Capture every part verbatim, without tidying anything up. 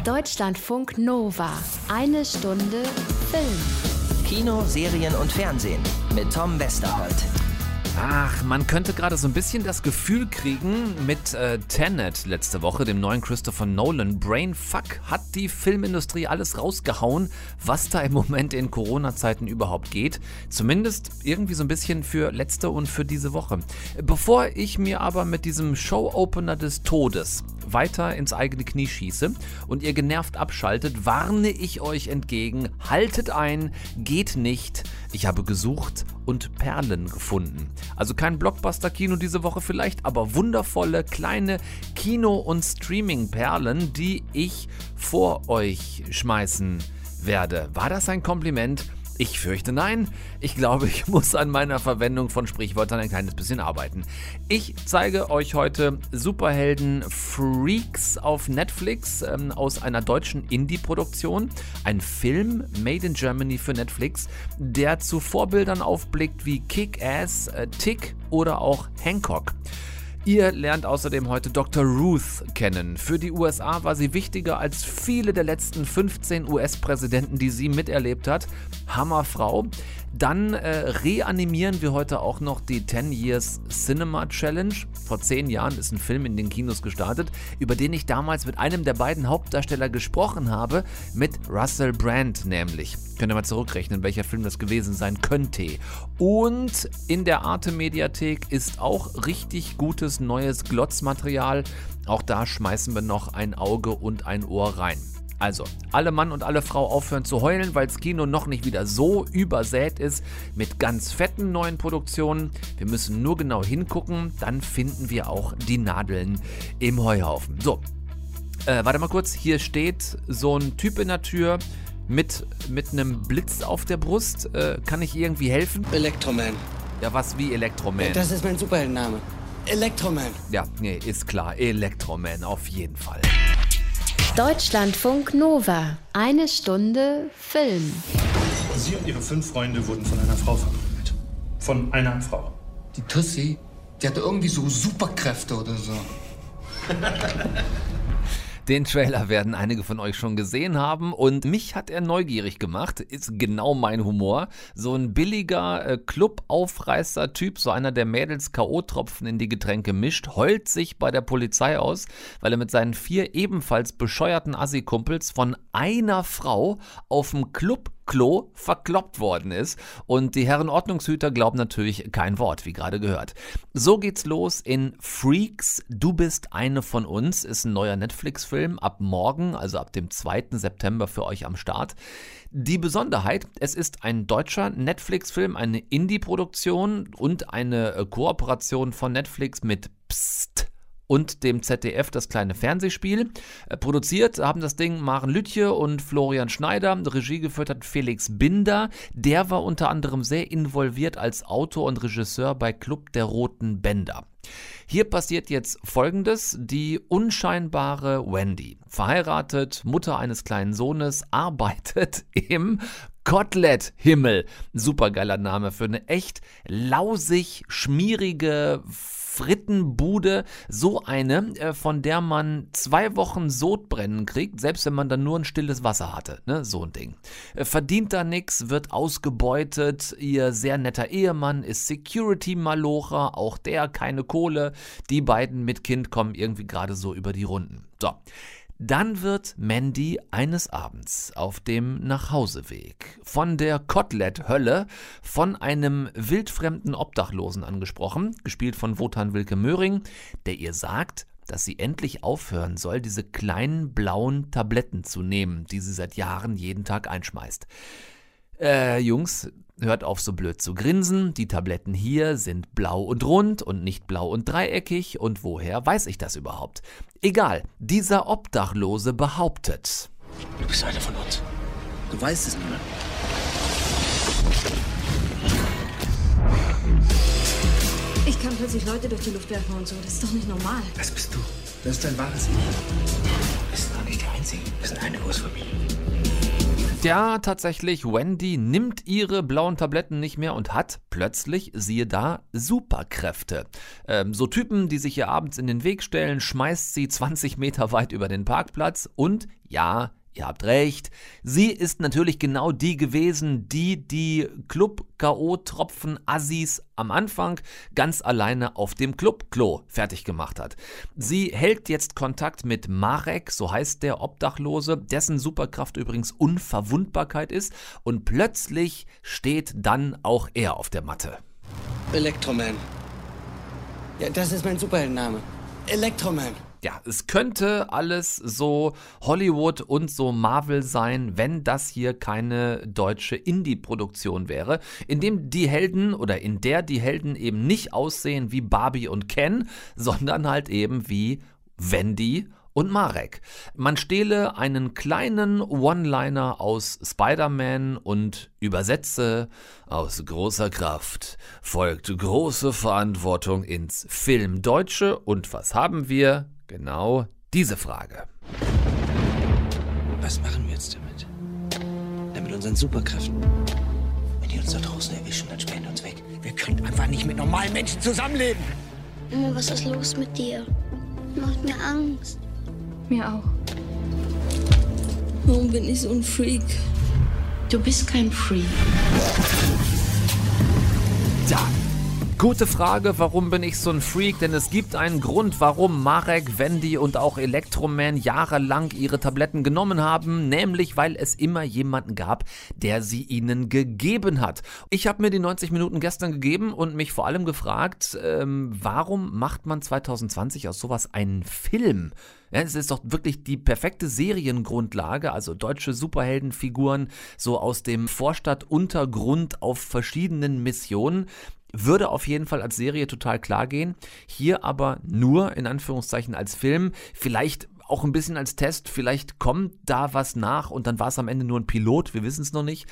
Deutschlandfunk Nova. Eine Stunde Film. Kino, Serien und Fernsehen mit Tom Westerholt. Ach, man könnte gerade so ein bisschen das Gefühl kriegen mit äh, Tenet letzte Woche, dem neuen Christopher Nolan. Brainfuck, hat die Filmindustrie alles rausgehauen, was da im Moment in Corona-Zeiten überhaupt geht. Zumindest irgendwie so ein bisschen für letzte und für diese Woche. Bevor ich mir aber mit diesem Show-Opener des Todes weiter ins eigene Knie schieße und ihr genervt abschaltet, warne ich euch entgegen, haltet ein, geht nicht. Ich habe gesucht und Perlen gefunden. Also kein Blockbuster-Kino diese Woche vielleicht, aber wundervolle kleine Kino- und Streaming-Perlen, die ich vor euch schmeißen werde. War das ein Kompliment? Ich fürchte nein. Ich glaube, ich muss an meiner Verwendung von Sprichwörtern ein kleines bisschen arbeiten. Ich zeige euch heute Superhelden Freaks auf Netflix ähm, aus einer deutschen Indie-Produktion. Ein Film made in Germany für Netflix, der zu Vorbildern aufblickt wie Kick-Ass, äh, Tick oder auch Hancock. Ihr lernt außerdem heute Doktor Ruth kennen. Für die U S A war sie wichtiger als viele der letzten fünfzehn U S-Präsidenten, die sie miterlebt hat. Hammerfrau. Dann äh, reanimieren wir heute auch noch die ten Years Cinema Challenge. Vor zehn Jahren ist ein Film in den Kinos gestartet, über den ich damals mit einem der beiden Hauptdarsteller gesprochen habe, mit Russell Brand nämlich. Könnt ihr mal zurückrechnen, welcher Film das gewesen sein könnte. Und in der Arte-Mediathek ist auch richtig gutes neues Glotzmaterial. Auch da schmeißen wir noch ein Auge und ein Ohr rein. Also, alle Mann und alle Frau aufhören zu heulen, weil das Kino noch nicht wieder so übersät ist mit ganz fetten neuen Produktionen. Wir müssen nur genau hingucken, dann finden wir auch die Nadeln im Heuhaufen. So, äh, warte mal kurz, hier steht so ein Typ in der Tür mit, mit einem Blitz auf der Brust. Äh, kann ich irgendwie helfen? Electroman. Ja, was wie Electroman? Das ist mein Superheldenname. Electroman. Ja, nee, ist klar, Electroman auf jeden Fall. Deutschlandfunk Nova. Eine Stunde Film. Sie und ihre fünf Freunde wurden von einer Frau verprügelt. Von einer Frau. Die Tussi, die hatte irgendwie so Superkräfte oder so. Den Trailer werden einige von euch schon gesehen haben und mich hat er neugierig gemacht, ist genau mein Humor. So ein billiger äh, Club-Aufreißer-Typ, so einer, der Mädels K O-Tropfen in die Getränke mischt, heult sich bei der Polizei aus, weil er mit seinen vier ebenfalls bescheuerten Assi-Kumpels von einer Frau auf dem Club Klo verkloppt worden ist und die Herren Ordnungshüter glauben natürlich kein Wort, wie gerade gehört. So geht's los in Freaks, du bist eine von uns, ist ein neuer Netflix-Film, ab morgen, also ab dem zweiten September für euch am Start. Die Besonderheit, es ist ein deutscher Netflix-Film, eine Indie-Produktion und eine Kooperation von Netflix mit Psst und dem Z D F, das kleine Fernsehspiel. Äh, produziert haben das Ding Maren Lütje und Florian Schneider. Regie geführt hat Felix Binder. Der war unter anderem sehr involviert als Autor und Regisseur bei Club der Roten Bänder. Hier passiert jetzt Folgendes. Die unscheinbare Wendy, verheiratet, Mutter eines kleinen Sohnes, arbeitet im Kotelett-Himmel. Supergeiler Name für eine echt lausig, schmierige Frittenbude, so eine, äh, von der man zwei Wochen Sodbrennen kriegt, selbst wenn man dann nur ein stilles Wasser hatte, ne, so ein Ding. Äh, verdient da nix, wird ausgebeutet, ihr sehr netter Ehemann ist Security-Malocher, auch der keine Kohle, die beiden mit Kind kommen irgendwie gerade so über die Runden. So. Dann wird Mandy eines Abends auf dem Nachhauseweg von der Kotelett-Hölle von einem wildfremden Obdachlosen angesprochen, gespielt von Wotan Wilke Möhring, der ihr sagt, dass sie endlich aufhören soll, diese kleinen blauen Tabletten zu nehmen, die sie seit Jahren jeden Tag einschmeißt. Äh, Jungs, hört auf, so blöd zu grinsen. Die Tabletten hier sind blau und rund und nicht blau und dreieckig. Und woher weiß ich das überhaupt? Egal, dieser Obdachlose behauptet: Du bist einer von uns. Du weißt es nicht mehr. Ich kann plötzlich Leute durch die Luft werfen und so. Das ist doch nicht normal. Das bist du. Das ist dein wahres Ich. Wir sind auch nicht die Einzigen. Wir sind eine Großfamilie. Ja, tatsächlich, Wendy nimmt ihre blauen Tabletten nicht mehr und hat plötzlich, siehe da, Superkräfte. Ähm, so Typen, die sich ihr abends in den Weg stellen, schmeißt sie zwanzig Meter weit über den Parkplatz und ja, ihr habt recht, sie ist natürlich genau die gewesen, die die Club-K O-Tropfen-Assis am Anfang ganz alleine auf dem Club-Klo fertig gemacht hat. Sie hält jetzt Kontakt mit Marek, so heißt der Obdachlose, dessen Superkraft übrigens Unverwundbarkeit ist, und plötzlich steht dann auch er auf der Matte. Electroman. Ja, das ist mein Superheldenname. Electroman. Ja, es könnte alles so Hollywood und so Marvel sein, wenn das hier keine deutsche Indie-Produktion wäre, in dem die Helden oder in der die Helden eben nicht aussehen wie Barbie und Ken, sondern halt eben wie Wendy und Marek. Man stehle einen kleinen One-Liner aus Spider-Man und übersetze: Aus großer Kraft folgt große Verantwortung ins Filmdeutsche. Und was haben wir? Genau diese Frage. Was machen wir jetzt damit? Dann mit unseren Superkräften. Wenn die uns da draußen erwischen, dann sperren die uns weg. Wir können einfach nicht mit normalen Menschen zusammenleben. Junge, was ist los mit dir? Macht mir Angst. Mir auch. Warum bin ich so ein Freak? Du bist kein Freak. Ja, gute Frage, warum bin ich so ein Freak? Denn es gibt einen Grund, warum Marek, Wendy und auch Electroman jahrelang ihre Tabletten genommen haben, nämlich weil es immer jemanden gab, der sie ihnen gegeben hat. Ich habe mir die neunzig Minuten gestern gegeben und mich vor allem gefragt, ähm, warum macht man zwanzig zwanzig aus sowas einen Film? Ja, es ist doch wirklich die perfekte Seriengrundlage, also deutsche Superheldenfiguren so aus dem Vorstadtuntergrund auf verschiedenen Missionen. Würde auf jeden Fall als Serie total klar gehen. Hier aber nur, in Anführungszeichen, als Film. Vielleicht auch ein bisschen als Test. Vielleicht kommt da was nach und dann war es am Ende nur ein Pilot. Wir wissen es noch nicht.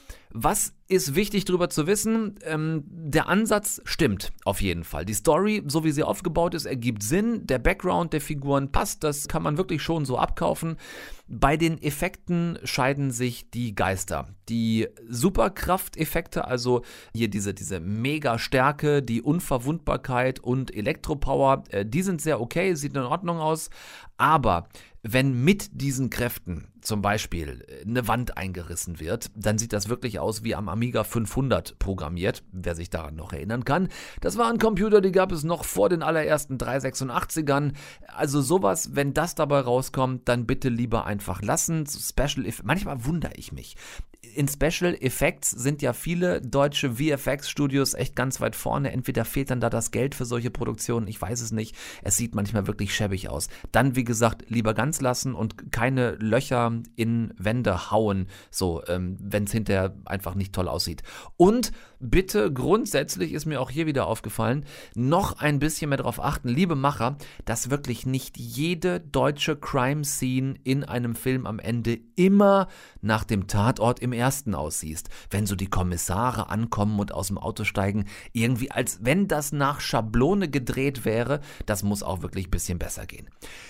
Was ist wichtig darüber zu wissen? Ähm, der Ansatz stimmt auf jeden Fall. Die Story, so wie sie aufgebaut ist, ergibt Sinn. Der Background der Figuren passt. Das kann man wirklich schon so abkaufen. Bei den Effekten scheiden sich die Geister. Die Superkrafteffekte, also hier diese, diese Mega-Stärke, die Unverwundbarkeit und Elektropower, äh, die sind sehr okay, sieht in Ordnung aus. Aber wenn mit diesen Kräften zum Beispiel eine Wand eingerissen wird, dann sieht das wirklich aus wie am Amiga fünfhundert programmiert, wer sich daran noch erinnern kann. Das waren Computer, die gab es noch vor den allerersten dreihundertsechsundachtzigern. Also sowas, wenn das dabei rauskommt, dann bitte lieber einfach lassen. Special Effects, manchmal wundere ich mich. In Special Effects sind ja viele deutsche V F X-Studios echt ganz weit vorne. Entweder fehlt dann da das Geld für solche Produktionen, ich weiß es nicht. Es sieht manchmal wirklich schäbig aus. Dann, wie gesagt, lieber ganz lassen und keine Löcher in Wände hauen, so, ähm, wenn es hinterher einfach nicht toll aussieht. Und bitte, grundsätzlich ist mir auch hier wieder aufgefallen, noch ein bisschen mehr darauf achten, liebe Macher, dass wirklich nicht jede deutsche Crime-Scene in einem Film am Ende immer nach dem Tatort im ersten aussiehst. Wenn so die Kommissare ankommen und aus dem Auto steigen, irgendwie als wenn das nach Schablone gedreht wäre, das muss auch wirklich ein bisschen besser gehen.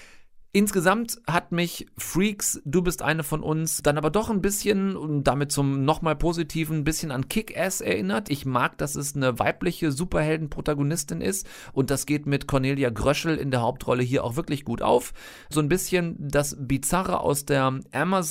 Insgesamt hat mich Freaks, du bist eine von uns, dann aber doch ein bisschen, und damit zum nochmal Positiven, ein bisschen an Kick-Ass erinnert. Ich mag, dass es eine weibliche Superhelden-Protagonistin ist und das geht mit Cornelia Gröschel in der Hauptrolle hier auch wirklich gut auf. So ein bisschen das Bizarre aus der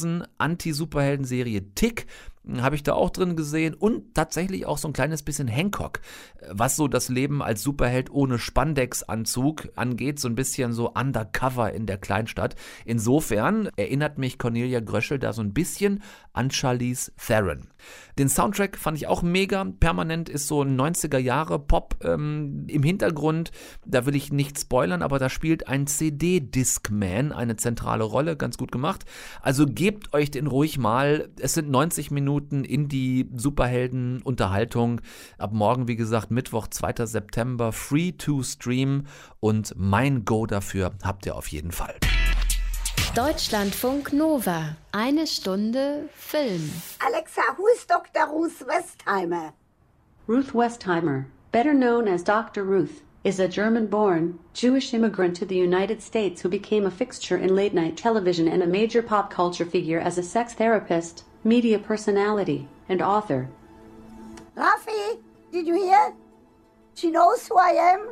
Amazon-Anti-Superhelden-Serie Tick habe ich da auch drin gesehen und tatsächlich auch so ein kleines bisschen Hancock, was so das Leben als Superheld ohne Spandex-Anzug angeht, so ein bisschen so undercover in der Kleinstadt. Insofern erinnert mich Cornelia Gröschel da so ein bisschen an Charlize Theron. Den Soundtrack fand ich auch mega. Permanent ist so ein neunziger Jahre Pop ähm, im Hintergrund. Da will ich nicht spoilern, aber da spielt ein C D-Discman eine zentrale Rolle. Ganz gut gemacht. Also gebt euch den ruhig mal. Es sind neunzig Minuten in die Superhelden-Unterhaltung. Ab morgen, wie gesagt, Mittwoch, zweiter September, free to stream. Und mein Go dafür habt ihr auf jeden Fall. Deutschlandfunk Nova. Eine Stunde Film. Alexa, who is Doctor Ruth Westheimer? Ruth Westheimer, better known as Doctor Ruth, is a German-born, Jewish immigrant to the United States who became a fixture in late-night television and a major pop culture figure as a sex therapist, media personality, and author. Rafi, did you hear? She knows who I am.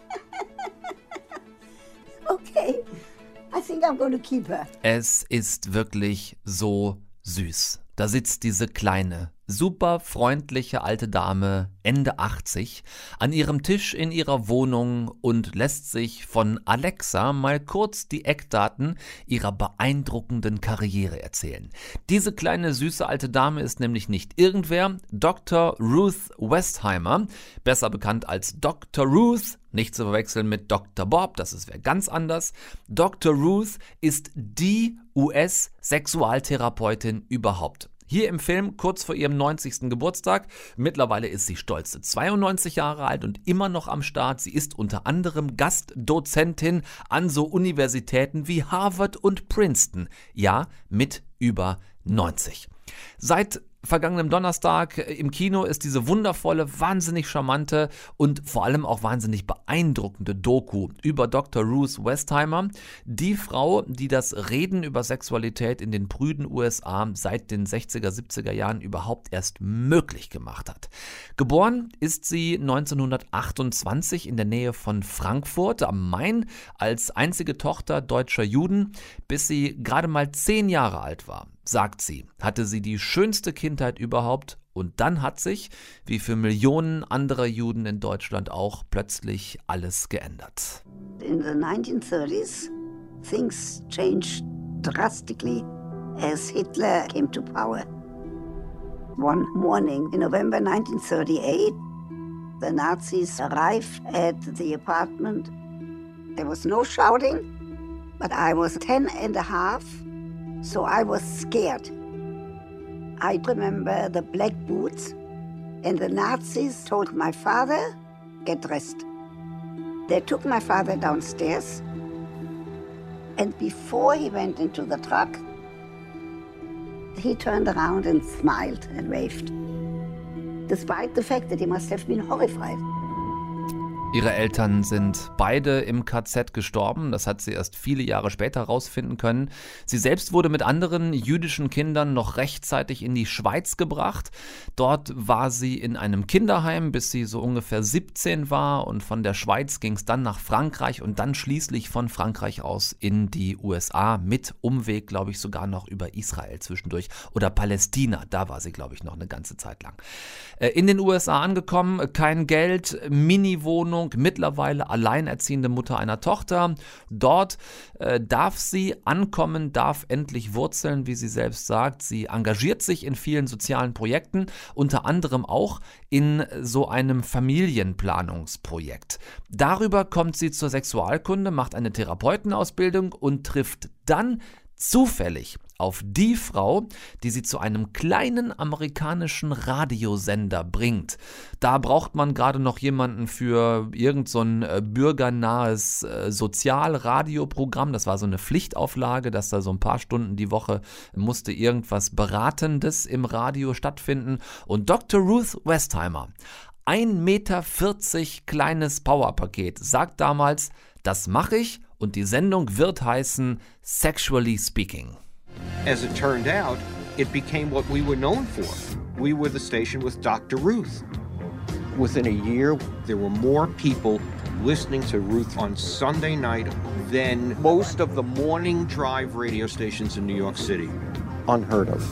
Okay, I think I'm going to keep her. Es ist wirklich so süß. Da sitzt diese kleine, super freundliche alte Dame, Ende achtzig, an ihrem Tisch in ihrer Wohnung und lässt sich von Alexa mal kurz die Eckdaten ihrer beeindruckenden Karriere erzählen. Diese kleine, süße alte Dame ist nämlich nicht irgendwer, Doktor Ruth Westheimer, besser bekannt als Doktor Ruth, nicht zu verwechseln mit Doktor Bob, das ist wer ganz anders. Doktor Ruth ist die U S-Sexualtherapeutin überhaupt. Hier im Film kurz vor ihrem neunzigsten Geburtstag. Mittlerweile ist sie stolze zweiundneunzig Jahre alt und immer noch am Start. Sie ist unter anderem Gastdozentin an so Universitäten wie Harvard und Princeton. Ja, mit über neunzig. Seit vergangenem Donnerstag im Kino ist diese wundervolle, wahnsinnig charmante und vor allem auch wahnsinnig beeindruckende Doku über Doktor Ruth Westheimer, die Frau, die das Reden über Sexualität in den prüden U S A seit den sechziger, siebziger Jahren überhaupt erst möglich gemacht hat. Geboren ist sie neunzehnhundertachtundzwanzig in der Nähe von Frankfurt am Main als einzige Tochter deutscher Juden, bis sie gerade mal zehn Jahre alt war. Sagt sie, hatte sie die schönste Kindheit überhaupt und dann hat sich, wie für Millionen anderer Juden in Deutschland auch, plötzlich alles geändert. In the nineteen thirties, things changed drastically as Hitler came to power. One morning in November nineteen thirty-eight, the Nazis arrived at the apartment. There was no shouting, but I was ten and a half. So I was scared. I remember the black boots, and the Nazis told my father, get dressed. They took my father downstairs, and before he went into the truck, he turned around and smiled and waved, despite the fact that he must have been horrified. Ihre Eltern sind beide im K Z gestorben, das hat sie erst viele Jahre später herausfinden können. Sie selbst wurde mit anderen jüdischen Kindern noch rechtzeitig in die Schweiz gebracht. Dort war sie in einem Kinderheim, bis sie so ungefähr siebzehn war und von der Schweiz ging es dann nach Frankreich und dann schließlich von Frankreich aus in die U S A mit Umweg, glaube ich, sogar noch über Israel zwischendurch oder Palästina, da war sie, glaube ich, noch eine ganze Zeit lang. In den U S A angekommen, kein Geld, Mini-Wohnung, mittlerweile alleinerziehende Mutter einer Tochter. Dort äh, darf sie ankommen, darf endlich wurzeln, wie sie selbst sagt. Sie engagiert sich in vielen sozialen Projekten, unter anderem auch in so einem Familienplanungsprojekt. Darüber kommt sie zur Sexualkunde, macht eine Therapeutenausbildung und trifft dann zufällig auf die Frau, die sie zu einem kleinen amerikanischen Radiosender bringt. Da braucht man gerade noch jemanden für irgend so ein äh, bürgernahes äh, Sozialradioprogramm. Das war so eine Pflichtauflage, dass da so ein paar Stunden die Woche musste irgendwas Beratendes im Radio stattfinden. Und Doktor Ruth Westheimer, ein Meter vierzig kleines Powerpaket, sagt damals, das mache ich und die Sendung wird heißen Sexually Speaking. As it turned out, it became what we were known for. We were the station with Doctor Ruth. Within a year, there were more people listening to Ruth on Sunday night than most of the morning drive radio stations in New York City. Unheard of.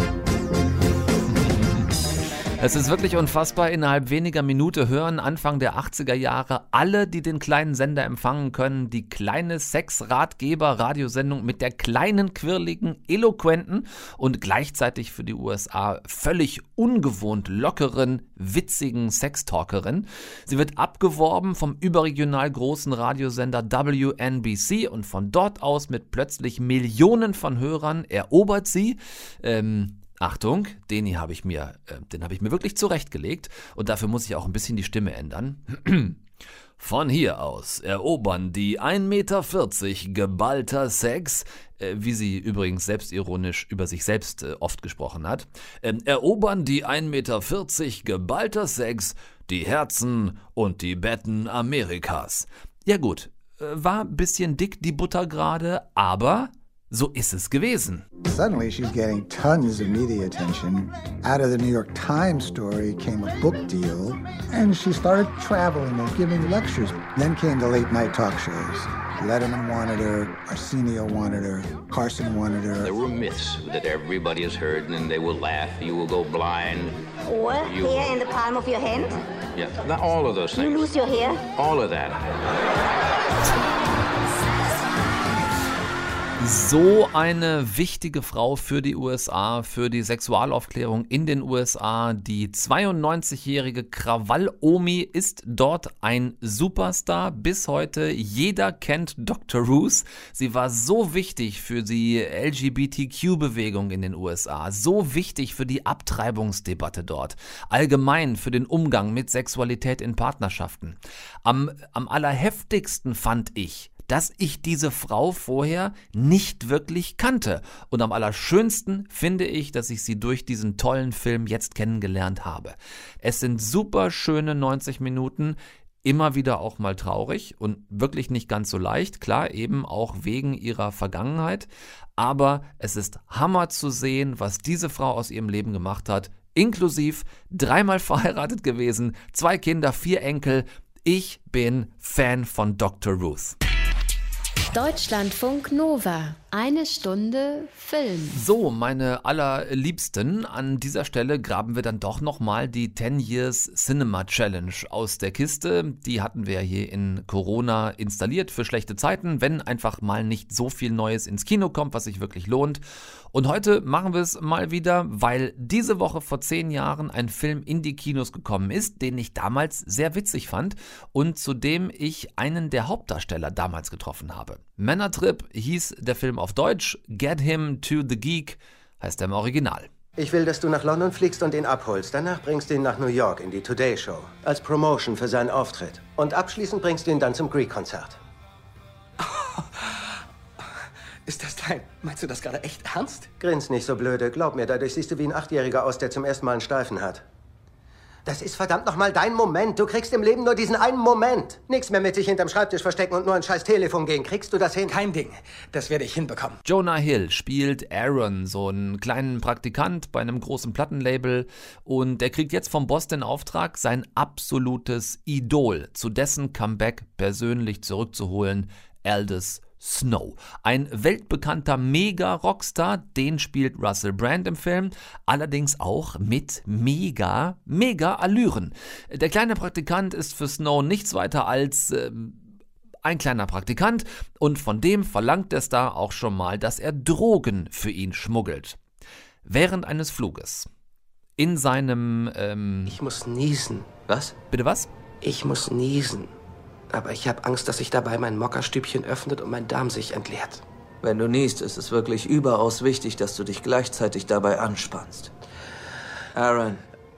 Es ist wirklich unfassbar, innerhalb weniger Minute hören Anfang der achtziger Jahre alle, die den kleinen Sender empfangen können, die kleine Sex-Ratgeber-Radiosendung mit der kleinen, quirligen, eloquenten und gleichzeitig für die U S A völlig ungewohnt lockeren, witzigen Sextalkerin. Sie wird abgeworben vom überregional großen Radiosender W N B C und von dort aus mit plötzlich Millionen von Hörern erobert sie, ähm, Achtung, den hier habe ich mir, äh, den habe ich mir wirklich zurechtgelegt und dafür muss ich auch ein bisschen die Stimme ändern. Von hier aus erobern die ein Meter vierzig geballter Sex, äh, wie sie übrigens selbstironisch über sich selbst äh, oft gesprochen hat, äh, erobern die ein Meter vierzig geballter Sex die Herzen und die Betten Amerikas. Ja gut, äh, war ein bisschen dick die Butter gerade, aber so ist es gewesen. Suddenly she's getting tons of media attention. Out of the New York Times story came a book deal, and she started traveling and giving lectures. Then came the late night talk shows. Letterman wanted her, Arsenio wanted her, Carson wanted her. There were myths that everybody has heard, and they will laugh, you will go blind. Or you hair will... in the palm of your hand. Yeah, not all of those things. You lose your hair. All of that. So eine wichtige Frau für die U S A, für die Sexualaufklärung in den U S A. Die zweiundneunzigjährige Krawall-Omi ist dort ein Superstar. Bis heute, jeder kennt Doktor Ruth. Sie war so wichtig für die L G B T Q-Bewegung in den U S A, so wichtig für die Abtreibungsdebatte dort, allgemein für den Umgang mit Sexualität in Partnerschaften. Am, am allerheftigsten fand ich, dass ich diese Frau vorher nicht wirklich kannte. Und am allerschönsten finde ich, dass ich sie durch diesen tollen Film jetzt kennengelernt habe. Es sind super schöne neunzig Minuten, immer wieder auch mal traurig und wirklich nicht ganz so leicht, klar, eben auch wegen ihrer Vergangenheit. Aber es ist Hammer zu sehen, was diese Frau aus ihrem Leben gemacht hat, inklusiv dreimal verheiratet gewesen, zwei Kinder, vier Enkel. Ich bin Fan von Doktor Ruth. Deutschlandfunk Nova. Eine Stunde Film. So, meine allerliebsten, an dieser Stelle graben wir dann doch nochmal die ten Years Cinema Challenge aus der Kiste. Die hatten wir hier in Corona installiert für schlechte Zeiten, wenn einfach mal nicht so viel Neues ins Kino kommt, was sich wirklich lohnt. Und heute machen wir es mal wieder, weil diese Woche vor zehn Jahren ein Film in die Kinos gekommen ist, den ich damals sehr witzig fand und zu dem ich einen der Hauptdarsteller damals getroffen habe. Männertrip hieß der Film auf Deutsch, Get Him to the Geek heißt er im Original. Ich will, dass du nach London fliegst und ihn abholst. Danach bringst du ihn nach New York in die Today Show. Als Promotion für seinen Auftritt. Und abschließend bringst du ihn dann zum Greek-Konzert. Ist das dein... Meinst du das gerade echt ernst? Grins nicht so blöde. Glaub mir, dadurch siehst du wie ein Achtjähriger aus, der zum ersten Mal einen Steifen hat. Das ist verdammt nochmal dein Moment. Du kriegst im Leben nur diesen einen Moment. Nichts mehr mit sich hinterm Schreibtisch verstecken und nur ein scheiß Telefon gehen. Kriegst du das hin? Kein Ding. Das werde ich hinbekommen. Jonah Hill spielt Aaron, so einen kleinen Praktikant bei einem großen Plattenlabel. Und der kriegt jetzt vom Boss den Auftrag, sein absolutes Idol zu dessen Comeback persönlich zurückzuholen, Aldous Snow. Ein weltbekannter Mega-Rockstar, den spielt Russell Brand im Film, allerdings auch mit mega, mega Allüren. Der kleine Praktikant ist für Snow nichts weiter als äh, ein kleiner Praktikant und von dem verlangt der Star auch schon mal, dass er Drogen für ihn schmuggelt. Während eines Fluges in seinem... Ähm ich muss niesen. Was? Bitte was? Ich muss niesen. Aber ich habe Angst, dass sich dabei mein Mockerstübchen öffnet und mein Darm sich entleert. Wenn du niest, ist es wirklich überaus wichtig, dass du dich gleichzeitig dabei anspannst. Aaron.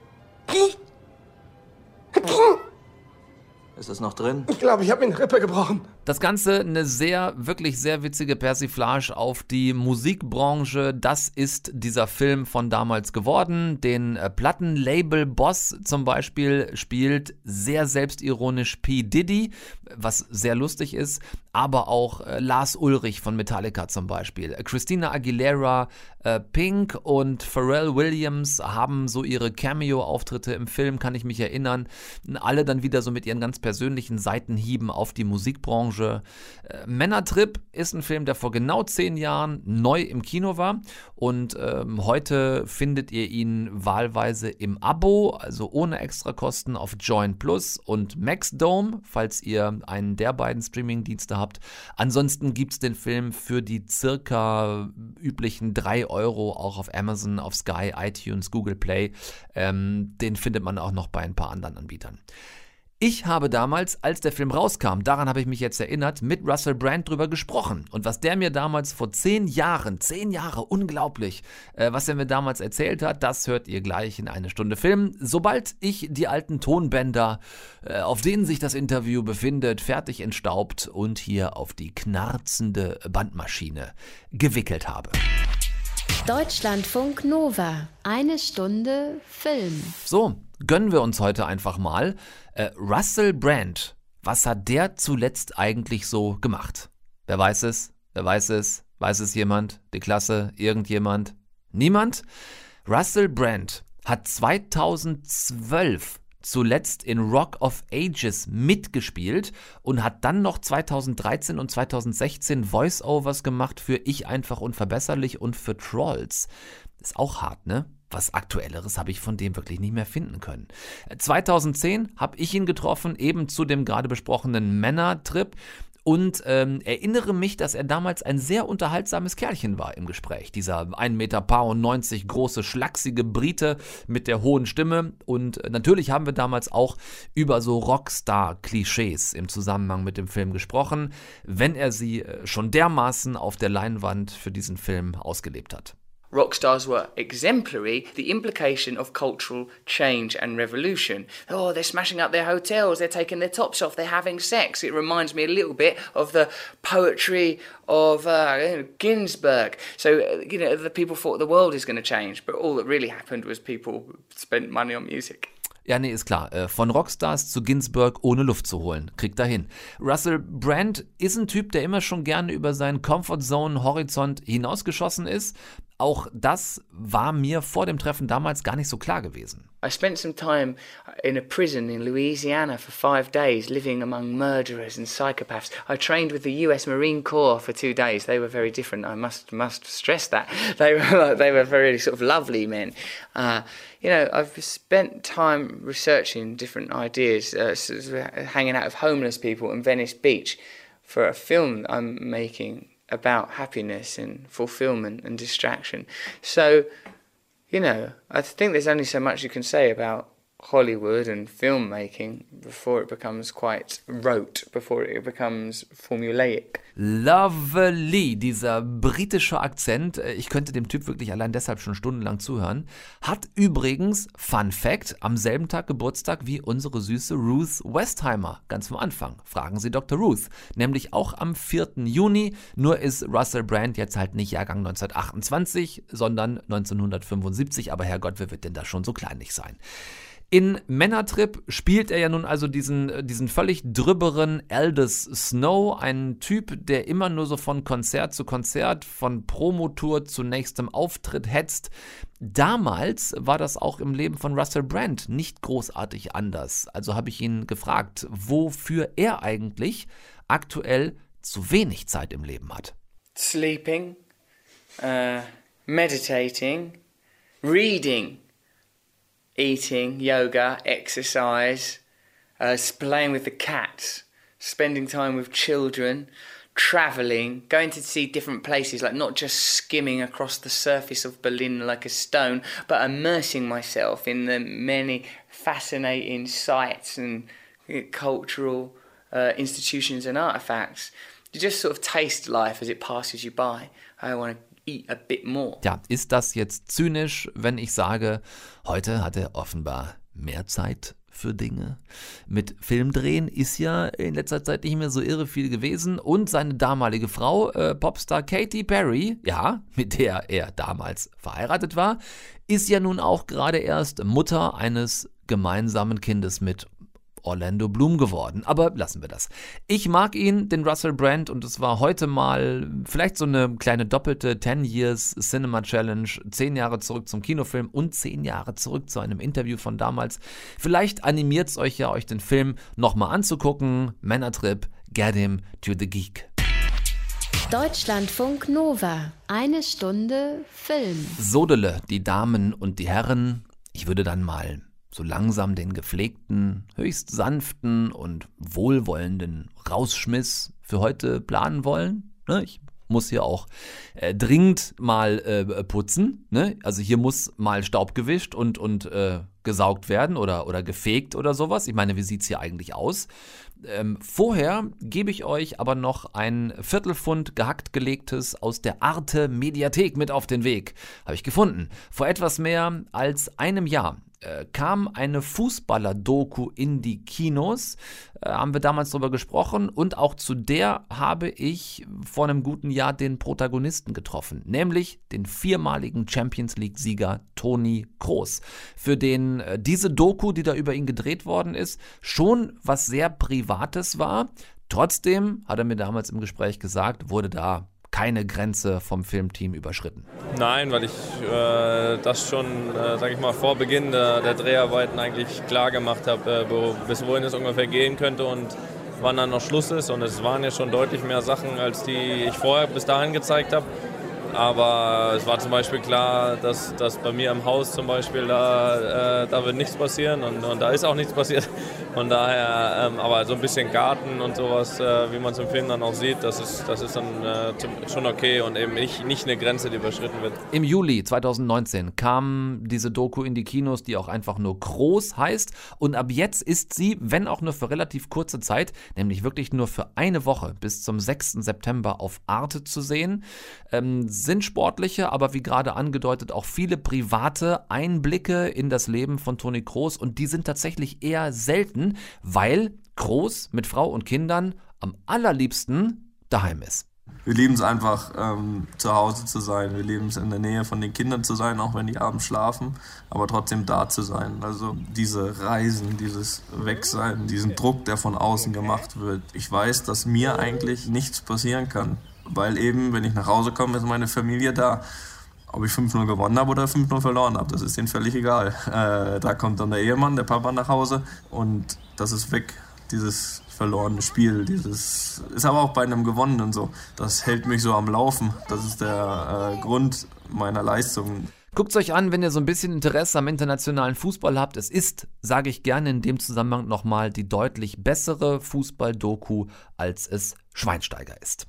Ist es noch drin? Ich glaube, ich habe mir eine Rippe gebrochen. Das Ganze eine sehr, wirklich sehr witzige Persiflage auf die Musikbranche. Das ist dieser Film von damals geworden. Den äh, Plattenlabel-Boss zum Beispiel spielt sehr selbstironisch P. Diddy, was sehr lustig ist. Aber auch äh, Lars Ulrich von Metallica zum Beispiel. Christina Aguilera, äh, Pink und Pharrell Williams haben so ihre Cameo-Auftritte im Film, kann ich mich erinnern. Alle dann wieder so mit ihren ganz persönlichen Seitenhieben auf die Musikbranche. Äh, Männertrip ist ein Film, der vor genau zehn Jahren neu im Kino war und ähm, heute findet ihr ihn wahlweise im Abo, also ohne Extrakosten auf Join Plus und Maxdome, falls ihr einen der beiden Streamingdienste habt. Ansonsten gibt es den Film für die circa üblichen drei Euro auch auf Amazon, auf Sky, iTunes, Google Play. Ähm, den findet man auch noch bei ein paar anderen Anbietern. Ich habe damals, als der Film rauskam, daran habe ich mich jetzt erinnert, mit Russell Brand drüber gesprochen. Und was der mir damals vor zehn Jahren, zehn Jahre, unglaublich, äh, was er mir damals erzählt hat, das hört ihr gleich in eine Stunde Film. Sobald ich die alten Tonbänder, äh, auf denen sich das Interview befindet, fertig entstaubt und hier auf die knarzende Bandmaschine gewickelt habe. Deutschlandfunk Nova. Eine Stunde Film. So, gönnen wir uns heute einfach mal. Äh, Russell Brand, was hat der zuletzt eigentlich so gemacht? Wer weiß es? Wer weiß es? Weiß es jemand? Die Klasse? Irgendjemand? Niemand? Russell Brand hat zweitausendzwölf zuletzt in Rock of Ages mitgespielt und hat dann noch zweitausenddreizehn und zweitausendsechzehn Voice-Overs gemacht für Ich einfach unverbesserlich und für Trolls. Ist auch hart, ne? Was Aktuelleres habe ich von dem wirklich nicht mehr finden können. zweitausendzehn habe ich ihn getroffen, eben zu dem gerade besprochenen Männertrip. Und ähm, erinnere mich, dass er damals ein sehr unterhaltsames Kerlchen war im Gespräch. Dieser ein Meter neunzig große, schlachsige Brite mit der hohen Stimme. Und natürlich haben wir damals auch über so Rockstar-Klischees im Zusammenhang mit dem Film gesprochen, wenn er sie schon dermaßen auf der Leinwand für diesen Film ausgelebt hat. Rockstars were exemplary, the implication of cultural change and revolution. Oh, they're smashing up their hotels, they're taking their tops off, they're having sex. It reminds me a little bit of the poetry of uh, Ginsberg. So, you know, the people thought the world is going to change, but all that really happened was people spent money on music. Ja, nee, ist klar. Von Rockstars zu Ginsberg ohne Luft zu holen. Kriegt er hin. Russell Brand ist ein Typ, der immer schon gerne über seinen Comfort-Zone-Horizont hinausgeschossen ist. Auch das war mir vor dem Treffen damals gar nicht so klar gewesen. I spent some time in a prison in Louisiana for five days, living among murderers and psychopaths. I trained with the U S Marine Corps for two days. They were very different. I must must stress that. They were they were very sort of lovely men. Uh, you know, I've spent time researching different ideas, uh, sort of hanging out with homeless people in Venice Beach for a film I'm making about happiness and fulfillment and distraction. So, you know, I think there's only so much you can say about Hollywood and filmmaking before it becomes quite rote, before it becomes formulaic. Lovely, dieser britische Akzent, ich könnte dem Typ wirklich allein deshalb schon stundenlang zuhören, hat übrigens, Fun Fact, am selben Tag Geburtstag wie unsere süße Ruth Westheimer, ganz vom Anfang. Fragen Sie Doktor Ruth, nämlich auch am vierten Juni, nur ist Russell Brand jetzt halt nicht Jahrgang neunzehnhundertachtundzwanzig, sondern neunzehnhundertfünfundsiebzig, aber Herrgott, wer wird denn da schon so kleinlich sein? In Männertrip spielt er ja nun also diesen, diesen völlig drübberen Aldous Snow, ein Typ, der immer nur so von Konzert zu Konzert, von Promotour zu nächstem Auftritt hetzt. Damals war das auch im Leben von Russell Brand nicht großartig anders. Also habe ich ihn gefragt, wofür er eigentlich aktuell zu wenig Zeit im Leben hat. Sleeping, uh, meditating, reading. Eating, yoga, exercise, uh, playing with the cats, spending time with children, travelling, going to see different places, like not just skimming across the surface of Berlin like a stone, but immersing myself in the many fascinating sites and uh, cultural uh, institutions and artefacts. You just sort of taste life as it passes you by. I want to eat a bit more. Ja, ist das jetzt zynisch, wenn ich sage, heute hat er offenbar mehr Zeit für Dinge? Mit Filmdrehen ist ja in letzter Zeit nicht mehr so irre viel gewesen und seine damalige Frau, äh, Popstar Katy Perry, ja, mit der er damals verheiratet war, ist ja nun auch gerade erst Mutter eines gemeinsamen Kindes mit Orlando Bloom geworden. Aber lassen wir das. Ich mag ihn, den Russell Brand, und es war heute mal vielleicht so eine kleine doppelte ten Years Cinema Challenge. Zehn Jahre zurück zum Kinofilm und zehn Jahre zurück zu einem Interview von damals. Vielleicht animiert es euch ja, euch den Film nochmal anzugucken. Männertrip, Get Him to the Geek. Deutschlandfunk Nova. Eine Stunde Film. Sodele, die Damen und die Herren. Ich würde dann mal so langsam den gepflegten, höchst sanften und wohlwollenden Rausschmiss für heute planen wollen. Ne? Ich muss hier auch äh, dringend mal äh, putzen. Ne? Also hier muss mal Staub gewischt und, und äh, gesaugt werden oder, oder gefegt oder sowas. Ich meine, wie sieht es hier eigentlich aus? Ähm, vorher gebe ich euch aber noch ein Viertelpfund gehackt gelegtes aus der Arte Mediathek mit auf den Weg. Habe ich gefunden. Vor etwas mehr als einem Jahr äh, kam eine Fußballer-Doku in die Kinos. Äh, haben wir damals drüber gesprochen und auch zu der habe ich vor einem guten Jahr den Protagonisten getroffen, nämlich den viermaligen Champions-League-Sieger Toni Kroos, für den äh, diese Doku, die da über ihn gedreht worden ist, schon was sehr Privates war. Trotzdem, hat er mir damals im Gespräch gesagt, wurde da keine Grenze vom Filmteam überschritten? Nein, weil ich äh, das schon, äh, sag ich mal, vor Beginn der, der Dreharbeiten eigentlich klar gemacht habe, äh, bis wohin es ungefähr gehen könnte und wann dann noch Schluss ist. Und es waren ja schon deutlich mehr Sachen, als die ich vorher bis dahin gezeigt habe. Aber es war zum Beispiel klar, dass, dass bei mir im Haus zum Beispiel, da, äh, da wird nichts passieren und, und da ist auch nichts passiert. Von daher, ähm, aber so ein bisschen Garten und sowas, äh, wie man es im Film dann auch sieht, das ist, das ist dann äh, schon okay und eben nicht, nicht eine Grenze, die überschritten wird. Im Juli zweitausendneunzehn kam diese Doku in die Kinos, die auch einfach nur Groß heißt. Und ab jetzt ist sie, wenn auch nur für relativ kurze Zeit, nämlich wirklich nur für eine Woche bis zum sechsten September auf Arte zu sehen. Ähm, sind sportliche, aber wie gerade angedeutet auch viele private Einblicke in das Leben von Toni Kroos und die sind tatsächlich eher selten, weil Kroos mit Frau und Kindern am allerliebsten daheim ist. Wir lieben es einfach, ähm, zu Hause zu sein. Wir lieben es, in der Nähe von den Kindern zu sein, auch wenn die abends schlafen, aber trotzdem da zu sein. Also diese Reisen, dieses Wegsein, diesen Druck, der von außen gemacht wird. Ich weiß, dass mir eigentlich nichts passieren kann, weil eben, wenn ich nach Hause komme, ist meine Familie da. Ob ich fünf null gewonnen habe oder fünf null verloren habe, das ist denen völlig egal. Äh, da kommt dann der Ehemann, der Papa nach Hause und das ist weg, dieses verlorene Spiel. Dieses ist aber auch bei einem gewonnenen so. Das hält mich so am Laufen. Das ist der äh, Grund meiner Leistung. Guckt es euch an, wenn ihr so ein bisschen Interesse am internationalen Fußball habt. Es ist, sage ich gerne in dem Zusammenhang nochmal, die deutlich bessere Fußball-Doku, als es Schweinsteiger ist.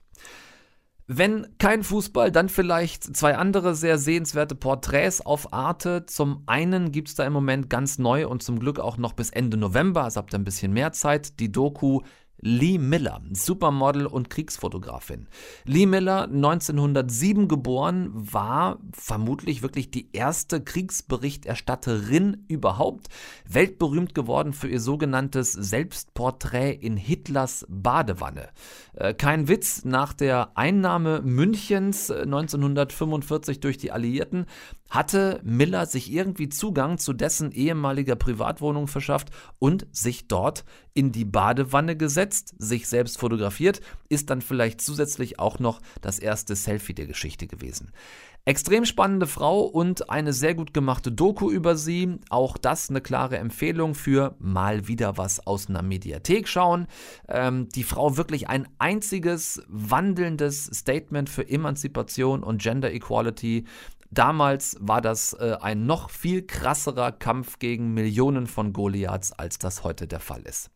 Wenn kein Fußball, dann vielleicht zwei andere sehr sehenswerte Porträts auf Arte. Zum einen gibt es da im Moment ganz neu und zum Glück auch noch bis Ende November, also habt ihr ein bisschen mehr Zeit, die Doku Lee Miller, Supermodel und Kriegsfotografin. Lee Miller, neunzehnhundertsieben geboren, war vermutlich wirklich die erste Kriegsberichterstatterin überhaupt. Weltberühmt geworden für ihr sogenanntes Selbstporträt in Hitlers Badewanne. Äh, kein Witz, nach der Einnahme Münchens neunzehnhundertfünfundvierzig durch die Alliierten hatte Miller sich irgendwie Zugang zu dessen ehemaliger Privatwohnung verschafft und sich dort in die Badewanne gesetzt, sich selbst fotografiert, ist dann vielleicht zusätzlich auch noch das erste Selfie der Geschichte gewesen. Extrem spannende Frau und eine sehr gut gemachte Doku über sie. Auch das eine klare Empfehlung für mal wieder was aus einer Mediathek schauen. Ähm, die Frau wirklich ein einziges wandelndes Statement für Emanzipation und Gender Equality. Damals war das äh, ein noch viel krasserer Kampf gegen Millionen von Goliaths, als das heute der Fall ist.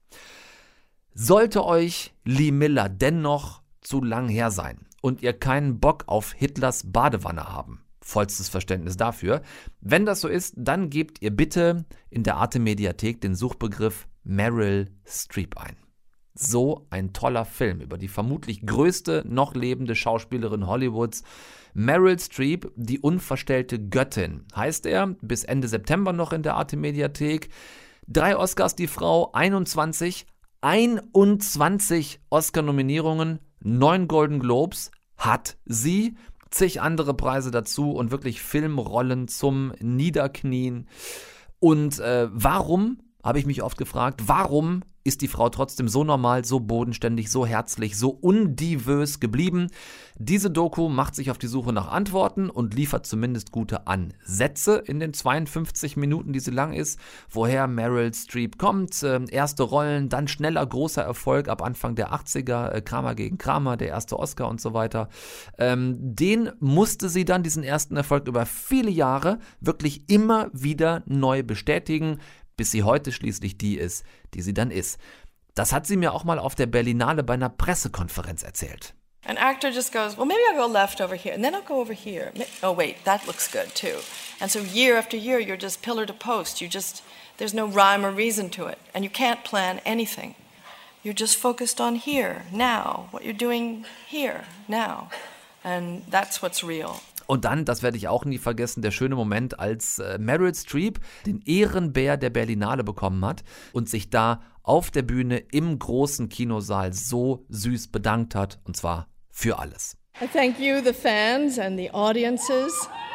Sollte euch Lee Miller dennoch zu lang her sein und ihr keinen Bock auf Hitlers Badewanne haben, vollstes Verständnis dafür. Wenn das so ist, dann gebt ihr bitte in der Arte Mediathek den Suchbegriff Meryl Streep ein. So ein toller Film über die vermutlich größte noch lebende Schauspielerin Hollywoods. Meryl Streep, die unverstellte Göttin, heißt er, bis Ende September noch in der Arte Mediathek. Drei Oscars die Frau, einundzwanzig, einundzwanzig Oscar-Nominierungen, neun Golden Globes hat sie, zig andere Preise dazu und wirklich Filmrollen zum Niederknien. Und äh, warum, habe ich mich oft gefragt, warum ist die Frau trotzdem so normal, so bodenständig, so herzlich, so undivös geblieben? Diese Doku macht sich auf die Suche nach Antworten und liefert zumindest gute Ansätze in den zweiundfünfzig Minuten, die sie lang ist, woher Meryl Streep kommt. Äh, erste Rollen, dann schneller großer Erfolg ab Anfang der achtziger, äh, Kramer gegen Kramer, der erste Oscar und so weiter. Ähm, den musste sie dann, diesen ersten Erfolg, über viele Jahre wirklich immer wieder neu bestätigen, bis sie heute schließlich die ist, die sie dann ist. Das hat sie mir auch mal auf der Berlinale bei einer Pressekonferenz erzählt. An actor just goes, well, maybe I'll go left over here, and then I'll go over here. Oh, wait, that looks good, too. And so year after year, you're just pillar to post. You just, there's no rhyme or reason to it, and you can't plan anything. You're just focused on here, now, what you're doing here, now. And that's what's real. Und dann, das werde ich auch nie vergessen, der schöne Moment, als äh, Meryl Streep den Ehrenbär der Berlinale bekommen hat und sich da auf der Bühne im großen Kinosaal so süß bedankt hat, und zwar für alles. I thank you, the fans and the audiences.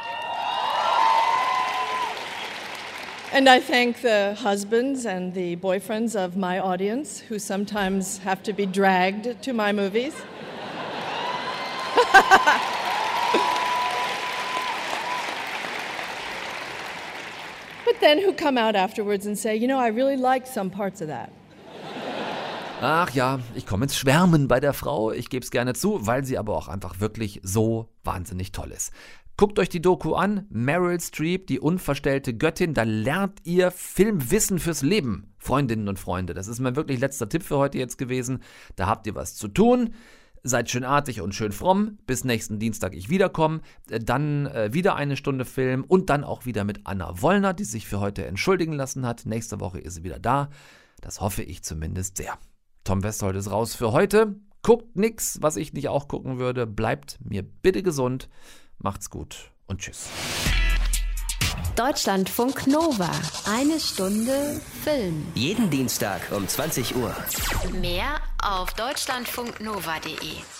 And I thank the husbands and the boyfriends of my audience who sometimes have to be dragged to my movies. But then who come out afterwards and say, you know, I really liked some parts of that. Ach ja, ich komme ins Schwärmen bei der Frau, ich gebe es gerne zu, weil sie aber auch einfach wirklich so wahnsinnig toll ist. Guckt euch die Doku an, Meryl Streep, die unverstellte Göttin, da lernt ihr Filmwissen fürs Leben, Freundinnen und Freunde. Das ist mein wirklich letzter Tipp für heute jetzt gewesen. Da habt ihr was zu tun. Seid schön artig und schön fromm. Bis nächsten Dienstag ich wiederkomme. Dann äh, wieder eine Stunde Film und dann auch wieder mit Anna Wollner, die sich für heute entschuldigen lassen hat. Nächste Woche ist sie wieder da. Das hoffe ich zumindest sehr. Tom Westholt ist raus für heute. Guckt nix, was ich nicht auch gucken würde. Bleibt mir bitte gesund. Macht's gut und tschüss. Deutschlandfunk Nova. Eine Stunde Film. Jeden Dienstag um zwanzig Uhr. Mehr auf deutschlandfunknova punkt de.